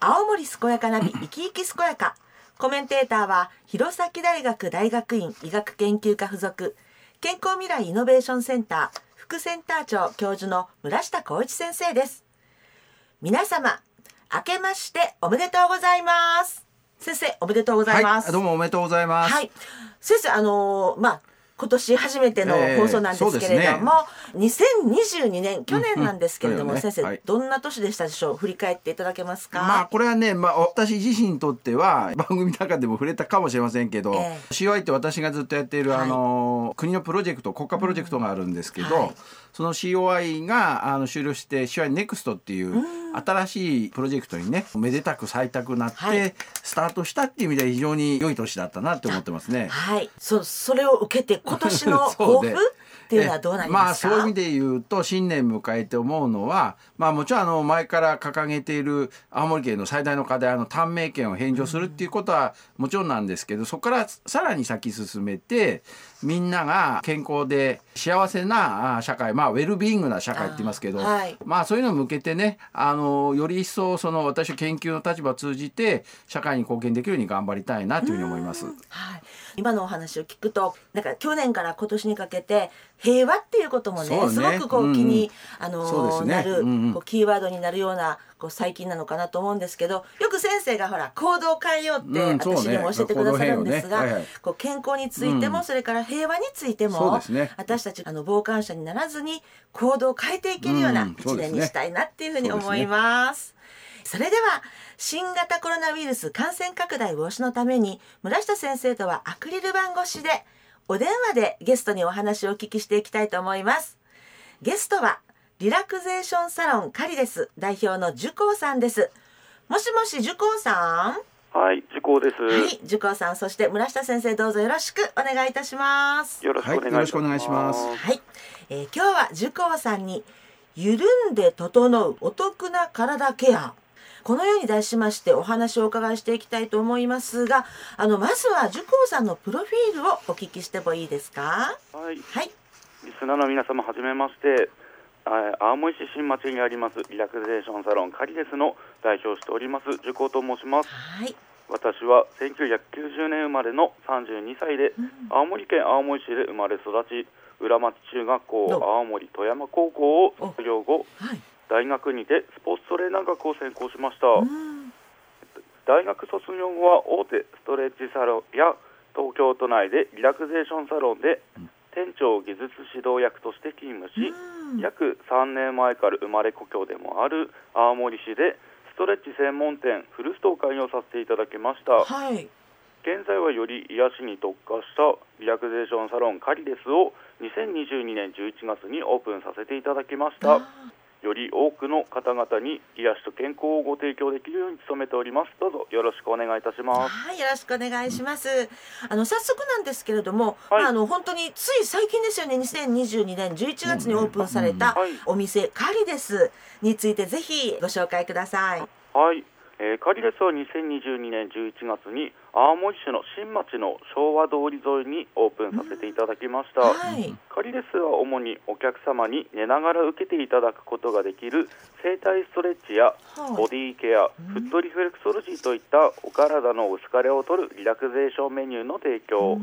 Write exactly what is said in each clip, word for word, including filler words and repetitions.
青森健やかナビ生き生き健やか。コメンテーターは弘前大学大学院医学研究科附属健康未来イノベーションセンター副センター長教授の村下浩一先生です。皆様明けましておめでとうございます。先生おめでとうございます。 はい、どうもおめでとうございます。 はい、先生あのー、まあ今年初めての放送なんですけれども、えーね、にせんにじゅうにねん去年なんですけれども、うんうん、先生、はい、どんな年でしたでしょう。振り返っていただけますか。 まあこれはね、まあ、私自身にとっては番組の中でも触れたかもしれませんけど、えー、シーオーアイ って私がずっとやっている、はい、あの国のプロジェクト国家プロジェクトがあるんですけど、うんはい、その シーオーアイ があの終了して シーオーアイネクスト っていう新しいプロジェクトにねめでたく採択なって、はい、スタートしたっていう意味では非常に良い年だったなって思ってますね。 はい、そ, それを受けて今年の抱負っていうのはどうなりますか。 まあそういう意味で言うと新年迎えて思うのは、まあもちろんあの前から掲げている青森県の最大の課題の短命県を返上するっていうことはもちろんなんですけど、そこからさらに先進めてみんなが健康で幸せな社会、まあウェルビーイングな社会って言いますけど、はい、まあそういうのを向けてね、あのより一層その私研究の立場を通じて社会に貢献できるように頑張りたいなというふうに思います。 はい、今のお話を聞くとなんか去年から今年にかけて平和っていうことも ね, ねすごくこう気に、うん、あの、ね、なる、うんうん、こうキーワードになるようなこう最近なのかなと思うんですけど、よく先生がほら行動を変えようって私にも教えてくださるんですが、うんねはいはい、こう健康についても、うん、それから平和についても、ね、私たちあの傍観者にならずに行動を変えていけるような一年にしたいなっていうふうに思います。それでは新型コロナウイルス感染拡大防止のために村下先生とはアクリル板越しでお電話でゲストにお話をお聞きしていきたいと思います。ゲストはリラクゼーションサロンカリデス代表の寿光さんです。もしもし寿光さん。はい、寿光です。 はい、寿光さん、そして村下先生どうぞよろしくお願いいたします。 よろしくお願いします。 はい、えー、今日は寿光さんに緩んで整うお得な体ケア、このように題しましてお話をお伺いしていきたいと思いますが、あのまずは寿光さんのプロフィールをお聞きしてもいいですか。 はい、 はい、 リスナーの皆様はじめまして、青森市新町にありますリラクゼーションサロンカリデスの代表をしております寿光と申します。 はい、 私はせんきゅうひゃくきゅうじゅうねん生まれのさんじゅうにさいで、うん、青森県青森市で生まれ育ち、浦町中学校青森富山高校を卒業後、はい、大学にてスポーツトレーナー学を専攻しました。うん、大学卒業後は大手ストレッチサロンや東京都内でリラクゼーションサロンで店長技術指導役として勤務し、うん、約さんねんまえから生まれ故郷でもある青森市でストレッチ専門店フルストを開業させていただきました。 はい、 現在はより癒しに特化したリラクゼーションサロンカリデスをにせんにじゅうにねんじゅういちがつにオープンさせていただきました。より多くの方々に癒しと健康をご提供できるように努めております。どうぞよろしくお願いいたします。 はい、よろしくお願いします。うん、あの早速なんですけれども、はい、まあ、あの本当につい最近ですよね。にせんにじゅうにねんじゅういちがつにオープンされたお店カリデスについてぜひご紹介ください。 はい、えー、カリデスはにせんにじゅうにねんじゅういちがつに青森市の新町の昭和通り沿いにオープンさせていただきました。うん、はい、カリデスは主にお客様に寝ながら受けていただくことができる整体ストレッチやボディケア、はい、フットリフレクソロジーといったお体のお疲れを取るリラクゼーションメニューの提供、うん、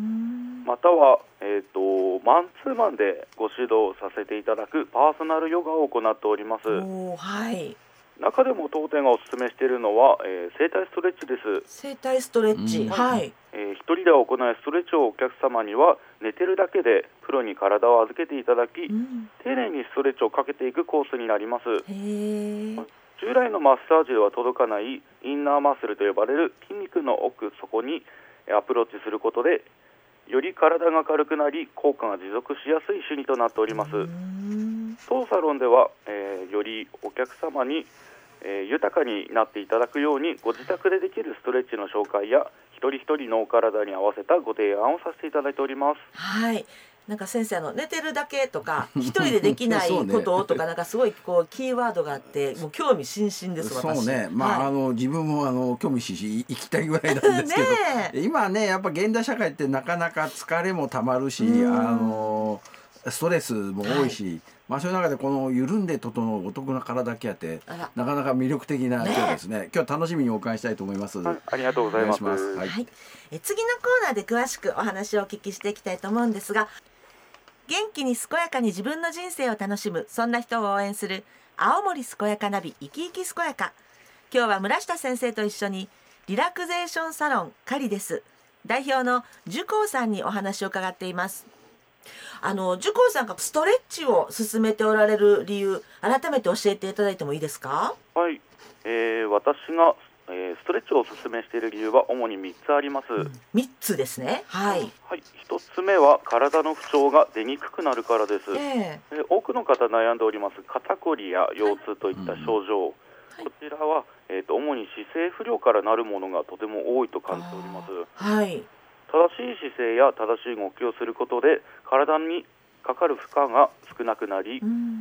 または、えーと、マンツーマンでご指導させていただくパーソナルヨガを行っております。 お、はい、 中でも当店がお勧めしているのは、えー、整体ストレッチです。 整体ストレッチ、うん、はい、 えー、一人で行うストレッチをお客様には寝てるだけでプロに体を預けていただき、うん、丁寧にストレッチをかけていくコースになります。 へー、 従来のマッサージでは届かないインナーマッスルと呼ばれる筋肉の奥底にアプローチすることでより体が軽くなり効果が持続しやすい手技となっております。当サロンでは、えー、よりお客様にえー、豊かになっていただくようにご自宅でできるストレッチの紹介や一人一人のお体に合わせたご提案をさせていただいております。 はい、なんか先生あの寝てるだけとか一人でできないこととかなんかすごいこうキーワードがあってもう興味津々です。私そうね、まあ、はい、あの自分もあの興味津々行きたいぐらいなんですけどね、今ねやっぱ現代社会ってなかなか疲れもたまるし、あのストレスも多いし、はい、 まあそういう中でこの緩んで整うお得な体ケアってなかなか魅力的な今日ですね。ね、今日楽しみにお伺いしたいと思います。 はい、ありがとうございます。 はい、はい、え次のコーナーで詳しくお話をお聞きしていきたいと思うんですが、元気に健やかに自分の人生を楽しむ、そんな人を応援する青森健やかナビ生き生き健やか。今日は村下先生と一緒にリラクゼーションサロンカリです代表の寿光さんにお話を伺っています。あの寿光さんがストレッチを進めておられる理由、改めて教えていただいてもいいですか？ はい、えー、私が、えー、ストレッチをお勧めしている理由は主にみっつあります。うん、 みっつですね。はい、 はい、ひとつめは体の不調が出にくくなるからです。えー、多くの方悩んでおります肩こりや腰痛といった症状、はい、こちらは、えーと、主に姿勢不良からなるものがとても多いと感じております。はい、正しい姿勢や正しい動きをすることで体にかかる負荷が少なくなり、うん、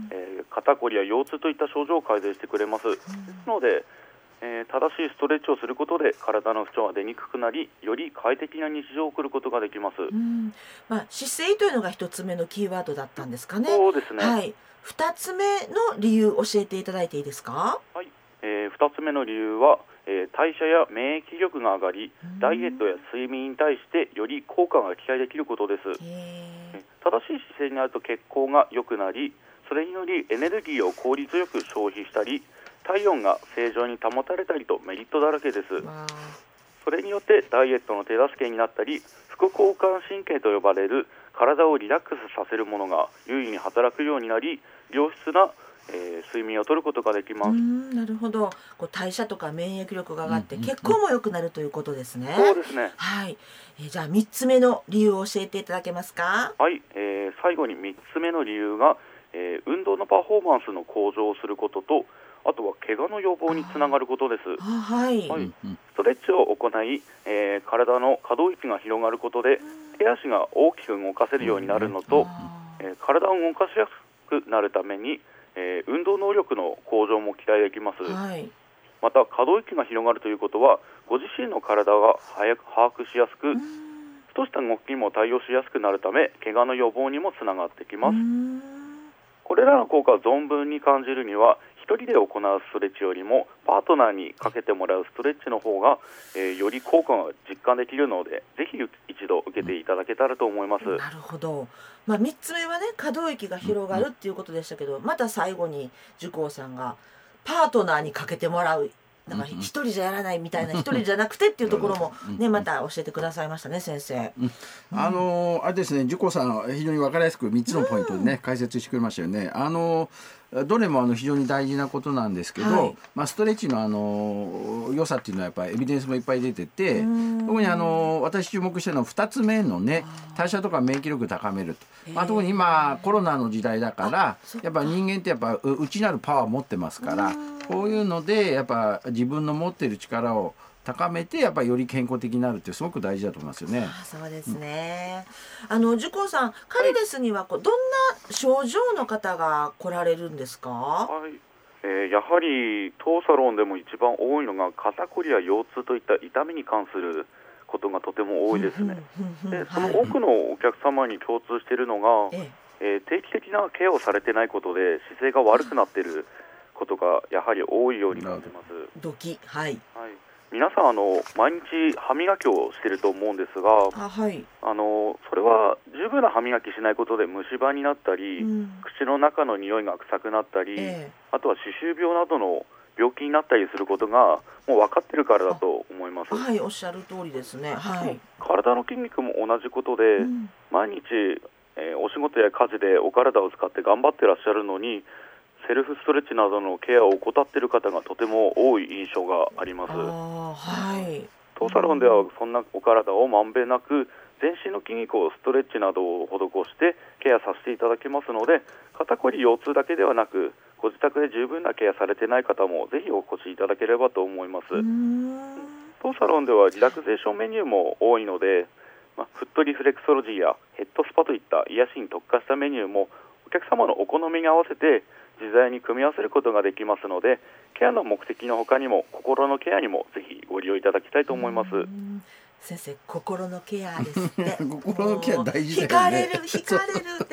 えー、肩こりや腰痛といった症状を改善してくれます。うん、ですので、えー、正しいストレッチをすることで体の不調が出にくくなり、より快適な日常を送ることができます。うん、 まあ、姿勢というのが一つ目のキーワードだったんですかね。 そうですね。 はい、二つ目の理由教えていただいていいですか？ はい、えー、二つ目の理由は、えー、代謝や免疫力が上がり、ダイエットや睡眠に対してより効果が期待できることです。正しい姿勢になると血行が良くなり、それによりエネルギーを効率よく消費したり、体温が正常に保たれたりとメリットだらけです。それによってダイエットの手助けになったり、副交感神経と呼ばれる体をリラックスさせるものが優位に働くようになり、良質なえー、睡眠をとることができます。 うーん、なるほど。こう代謝とか免疫力が上がって血行も良くなるということですね。 そうですね。 はい、えー、じゃあみっつめの理由を教えていただけますか？ はい、えー、最後にみっつめの理由が、えー、運動のパフォーマンスの向上をすることと、あとは怪我の予防につながることです。 はい、 はい、ストレッチを行い、えー、体の可動域が広がることで手足が大きく動かせるようになるのと、えー、体を動かしやすくなるためにえー、運動能力の向上も期待できます。はい、また可動域が広がるということは、ご自身の体が早く把握しやすく、ふとした動きにも対応しやすくなるため、怪我の予防にもつながってきます。これらの効果を存分に感じるには、一人で行うストレッチよりもパートナーにかけてもらうストレッチの方が、えー、より効果が実感できるので、ぜひ一度受けていただけたらと思います。 なるほど。まあ、みっつめはね、可動域が広がるっていうことでしたけど、また最後に寿光さんがパートナーにかけてもらう、だから一人じゃやらないみたいな、一人じゃなくてっていうところもね、また教えてくださいましたね、先生。 うん、あのー、あれですね、寿光さんは非常に分かりやすくみっつのポイントでね、うん、解説してくれましたよね。あのーどれもあの非常に大事なことなんですけど、はい、まあ、ストレッチのあの良さっていうのはやっぱりエビデンスもいっぱい出てて、特にあの私注目してるのはふたつめのね、代謝とか免疫力を高めると、まあ、特に今コロナの時代だからやっぱ人間ってやっぱ内なるパワーを持ってますから、こういうのでやっぱ自分の持っている力を高めてやっぱりより健康的になるってすごく大事だと思いますよね。 あ、そうですね。うん、あの寿光さん、カリレスにはこうどんな症状の方が来られるんですか？ はい、えー、やはり当サロンでも一番多いのが肩こりや腰痛といった痛みに関することがとても多いですね。で、その多くのお客様に共通しているのが、ええー、定期的なケアをされてないことで姿勢が悪くなっていることがやはり多いように感じます。 ドキ、はい。 はい、皆さんあの毎日歯磨きをしていると思うんですが、 あ、はい、 あのそれは十分な歯磨きしないことで虫歯になったり、うん、口の中の匂いが臭くなったり、えー、あとは歯周病などの病気になったりすることがもう分かっているからだと思います。 はい、おっしゃる通りですね。はい、 体の筋肉も同じことで、うん、毎日、えー、お仕事や家事でお体を使って頑張ってらっしゃるのに、セルフストレッチなどのケアを怠っている方がとても多い印象があります。 あ、はい、 当サロンではそんなお体をまんべんなく全身の筋肉をストレッチなどを施してケアさせていただきますので、肩こり腰痛だけではなくご自宅で十分なケアされてない方もぜひお越しいただければと思います。当サロンではリラクゼーションメニューも多いので、まあ、フットリフレクソロジーやヘッドスパといった癒しに特化したメニューもお客様のお好みに合わせて自在に組み合わせることができますので、ケアの目的の他にも心のケアにもぜひご利用いただきたいと思います。 先生、心のケアですって心のケア大事だよね。 惹かれる惹かれるで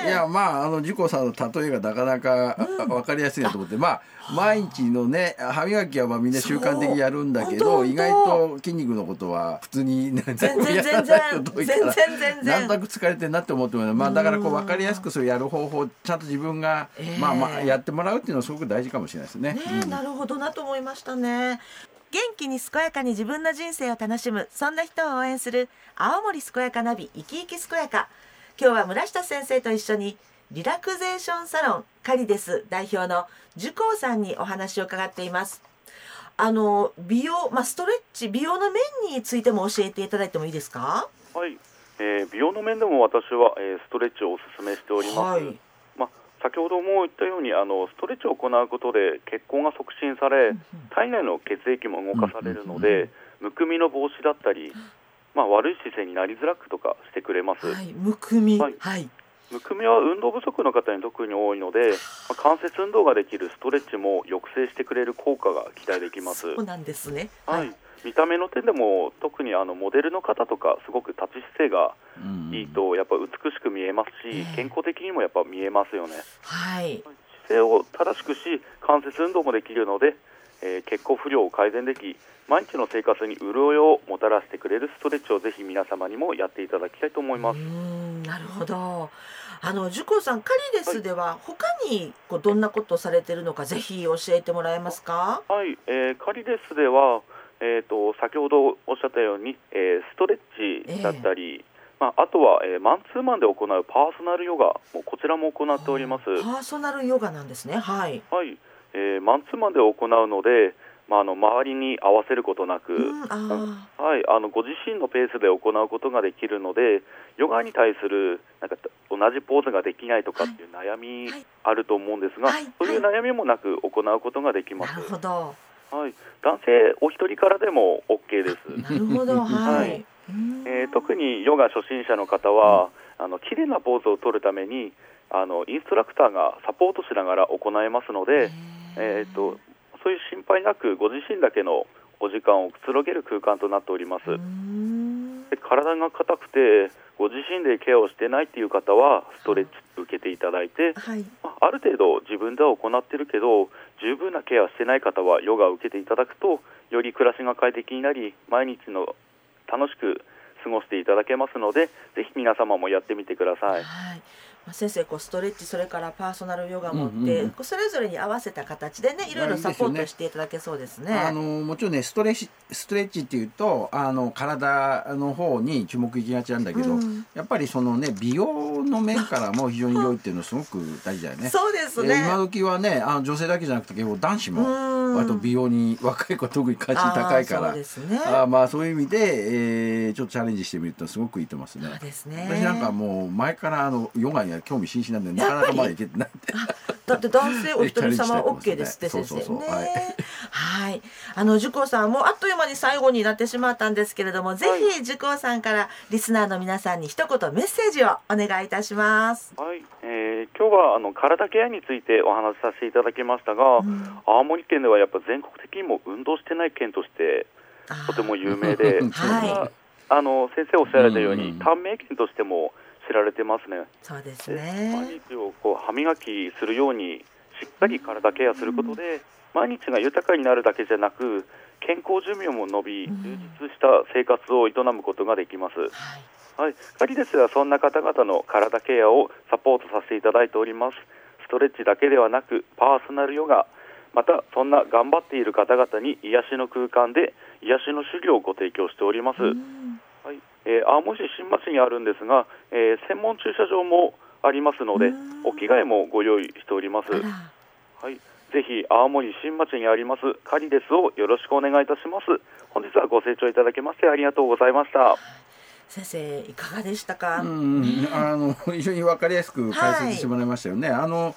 いやまああのジュコさんの例えがなかなか、うん、分かりやすいなと思って、まあ毎日のね歯磨きはまあみんな習慣的にやるんだけど、意外と筋肉のことは普通に全然全然全然全然なんとなく疲れてるなって思っても、まあだからこう分かりやすくそれやる方法ちゃんと自分が、えー、まあまあやってもらうっていうのはすごく大事かもしれないですね。 ね、うん、なるほどなと思いましたね。元気に健やかに自分の人生を楽しむ、そんな人を応援する青森健やかナビ、生き生き健やか。今日は村下先生と一緒にリラクゼーションサロンカリデス代表の寿光さんにお話を伺っています。あの美容、まあ、ストレッチ、美容の面についても教えていただいてもいいですか？ はい、えー、美容の面でも私は、えー、ストレッチをお勧めしております。はい、まあ、先ほども言ったようにあのストレッチを行うことで血行が促進され、体内の血液も動かされるので、むくみの防止だったり、まあ、悪い姿勢になりづらくとかしてくれます。 はい、むくみ、はいはい、 むくみは運動不足の方に特に多いので、まあ、関節運動ができるストレッチも抑制してくれる効果が期待できます。 そうなんですね。 はいはい、見た目の点でも特にあのモデルの方とかすごく立ち姿勢がいいとやっぱ美しく見えますし、えー、健康的にもやっぱ見えますよね。 はい、 姿勢を正しくし関節運動もできるので、えー、血行不良を改善でき毎日の生活に潤いをもたらしてくれるストレッチをぜひ皆様にもやっていただきたいと思います。 うーん、なるほど。あの寿光さん、カリデスでは他にこうどんなことをされているのかぜひ教えてもらえますか？ はい、えー、カリデスでは、えー、と先ほどおっしゃったように、えー、ストレッチだったり、えーまあ、あとは、えー、マンツーマンで行うパーソナルヨガもこちらも行っております。 パーソナルヨガなんですね。はい、 はいえー、マンツーマンで行うので、まあ、あの周りに合わせることなく、 うんあはい、あのご自身のペースで行うことができるので、ヨガに対するなんか同じポーズができないとかっていう悩みあると思うんですが、はいはい、そういう悩みもなく行うことができます。 なるほど。 はい、男性お一人からでも OK です。 なるほど、はいはいえー、特にヨガ初心者の方は、うん、あの綺麗なポーズを取るためにあのインストラクターがサポートしながら行えますので、えー、とそういう心配なくご自身だけのお時間をくつろげる空間となっております。で体が硬くてご自身でケアをしてないっていう方はストレッチ受けていただいて、はい、ある程度自分では行っているけど十分なケアしてない方はヨガを受けていただくとより暮らしが快適になり毎日の楽しく過ごしていただけますのでぜひ皆様もやってみてください。 はい、先生こうストレッチそれからパーソナルヨガもって、うんうんうん、それぞれに合わせた形でねいろいろサポートしていただけそうですね。 あのもちろんねストレッチストレッチっていうとあの体の方に注目いきがちなんだけど、うん、やっぱりそのね美容の面からも非常に良いっていうのはすごく大事だよね。 そうですね。 今時はねあの女性だけじゃなくて結構男子も割と美容に若い子特に関心高いから、 そうですね。 あまあそういう意味で、えー、ちょっとチャレンジしてみるとすごくいいと思いますね。 そうですね。 私なんかもう前からあのヨガには興味津々なんでなかなかまだいけてないだって男性お一人様 OK ですって先生ね。はい、あの寿光さんもあっという間に最後になってしまったんですけれども、はい、ぜひ寿光さんからリスナーの皆さんに一言メッセージをお願いいたします。 はい、えー、今日はあの体ケアについてお話しさせていただきましたが、うん、青森県ではやっぱ全国的にも運動してない県としてとても有名で、はい、あの先生おっしゃられたように、うん、短命県としても知られてますね。 そうですね。 毎日をこう歯磨きするようにしっかり体ケアすることで、うん、毎日が豊かになるだけじゃなく健康寿命も伸び、うん、充実した生活を営むことができます。はいはい、カリデスではそんな方々の体ケアをサポートさせていただいております。ストレッチだけではなくパーソナルヨガ、またそんな頑張っている方々に癒しの空間で癒しの修行をご提供しております。うんはいえー、青森市新町にあるんですが、えー、専門駐車場もありますのでお着替えもご用意しております。はい、ぜひ青森新町にありますカリデスをよろしくお願いいたします。本日はご清聴いただきましてありがとうございました。 先生いかがでしたか？ うんあの非常に分かりやすく解説してもらいましたよね。はい、あの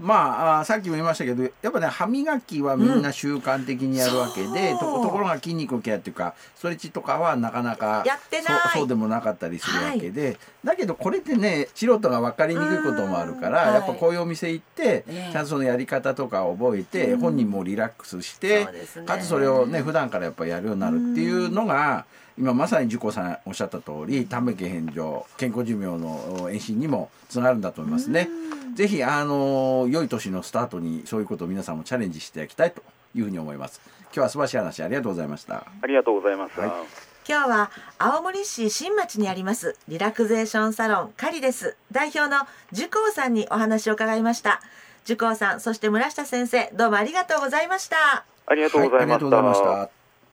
まあ、さっきも言いましたけど、やっぱね歯磨きはみんな習慣的にやるわけで、うん、と, ところが筋肉ケアっていうかストレッチとかはなかなかやってないそ, そうでもなかったりするわけで、はい、だけどこれってね素人が分かりにくいこともあるから、やっぱこういうお店行って、はい、ちゃんとそのやり方とか覚えて、うん、本人もリラックスして、ね、かつそれをね普段からやっぱやるようになるっていうのが、今まさに寿子さんおっしゃった通り短命権返上健康寿命の延伸にもつながるんだと思いますね。ぜひあの良い年のスタートにそういうことを皆さんもチャレンジしていただきたいというふうに思います。今日は素晴らしい話ありがとうございました。 ありがとうございます、はい、 今日は青森市新町にありますリラクゼーションサロンカリです代表の寿光さんにお話を伺いました。寿光さん、そして村下先生、どうもありがとうございました。 ありがとうございました。